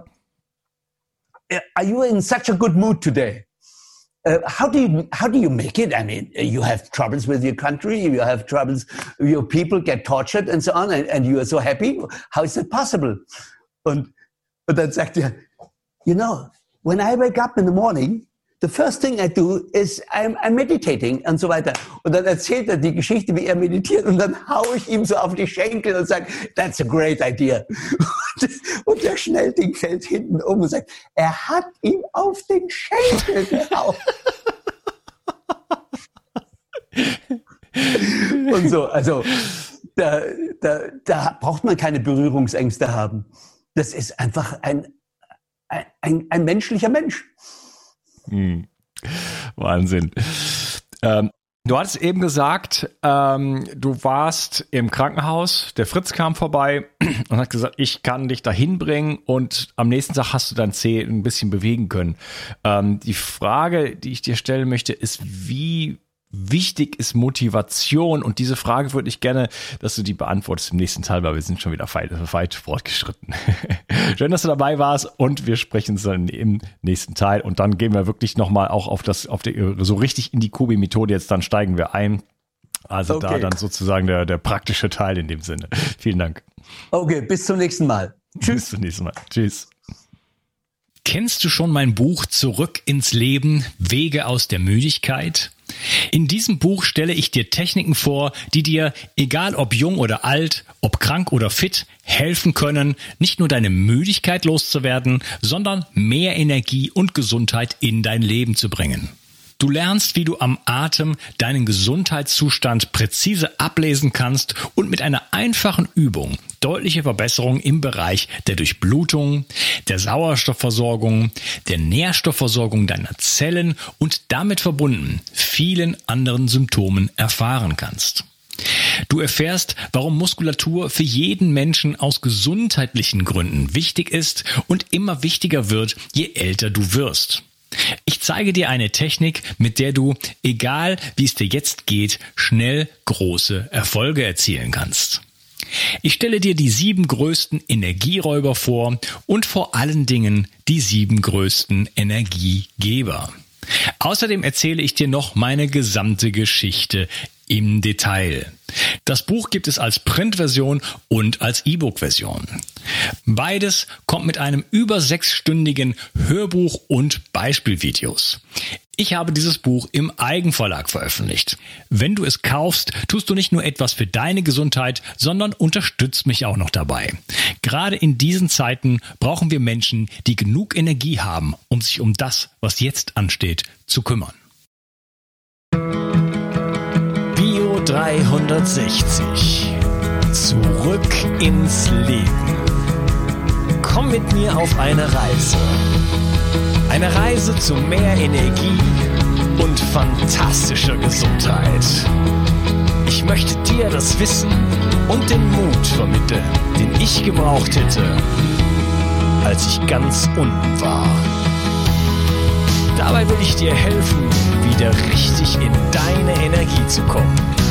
are you in such a good mood today? Uh, how do you how do you make it? I mean, you have troubles with your country, you have troubles, your people get tortured and so on, and, and you are so happy. How is it possible? Und, und dann sagt er, you know, when I wake up in the morning, the first thing I do is I'm, I'm meditating und so weiter. Und dann erzählt er die Geschichte, wie er meditiert, und dann haue ich ihm so auf die Schenkel und sage, that's a great idea. Und der Schnellding fällt hinten um und sagt, er hat ihm auf den Schenkel gehauen. Und so, also da, da, da braucht man keine Berührungsängste haben. Das ist einfach ein, ein, ein, ein menschlicher Mensch. Hm. Wahnsinn. Ähm, du hattest eben gesagt, ähm, du warst im Krankenhaus, der Fritz kam vorbei und hat gesagt, ich kann dich dahin bringen, und am nächsten Tag hast du dein Zeh ein bisschen bewegen können. Ähm, die Frage, die ich dir stellen möchte, ist, wie wichtig ist Motivation? Und diese Frage würde ich gerne, dass du die beantwortest im nächsten Teil, weil wir sind schon wieder weit, weit fortgeschritten. Schön, dass du dabei warst, und wir sprechen uns dann im nächsten Teil, und dann gehen wir wirklich nochmal auch auf das, auf die, so richtig in die Kubi-Methode, jetzt dann steigen wir ein. Also okay. Da dann sozusagen der, der praktische Teil in dem Sinne. Vielen Dank. Okay, bis zum nächsten Mal. Tschüss. Bis zum nächsten Mal. Tschüss. Kennst du schon mein Buch Zurück ins Leben, Wege aus der Müdigkeit? In diesem Buch stelle ich dir Techniken vor, die dir, egal ob jung oder alt, ob krank oder fit, helfen können, nicht nur deine Müdigkeit loszuwerden, sondern mehr Energie und Gesundheit in dein Leben zu bringen. Du lernst, wie du am Atem deinen Gesundheitszustand präzise ablesen kannst und mit einer einfachen Übung deutliche Verbesserungen im Bereich der Durchblutung, der Sauerstoffversorgung, der Nährstoffversorgung deiner Zellen und damit verbunden vielen anderen Symptomen erfahren kannst. Du erfährst, warum Muskulatur für jeden Menschen aus gesundheitlichen Gründen wichtig ist und immer wichtiger wird, je älter du wirst. Ich zeige dir eine Technik, mit der du, egal wie es dir jetzt geht, schnell große Erfolge erzielen kannst. Ich stelle dir die sieben größten Energieräuber vor und vor allen Dingen die sieben größten Energiegeber. Außerdem erzähle ich dir noch meine gesamte Geschichte im Detail. Das Buch gibt es als Printversion und als E-Book-Version. Beides kommt mit einem über sechsstündigen Hörbuch und Beispielvideos. Ich habe dieses Buch im Eigenverlag veröffentlicht. Wenn du es kaufst, tust du nicht nur etwas für deine Gesundheit, sondern unterstützt mich auch noch dabei. Gerade in diesen Zeiten brauchen wir Menschen, die genug Energie haben, um sich um das, was jetzt ansteht, zu kümmern. Bio dreihundertsechzig. Zurück ins Leben. Komm mit mir auf eine Reise. Eine Reise zu mehr Energie und fantastischer Gesundheit. Ich möchte dir das Wissen und den Mut vermitteln, den ich gebraucht hätte, als ich ganz unten war. Dabei will ich dir helfen, wieder richtig in deine Energie zu kommen.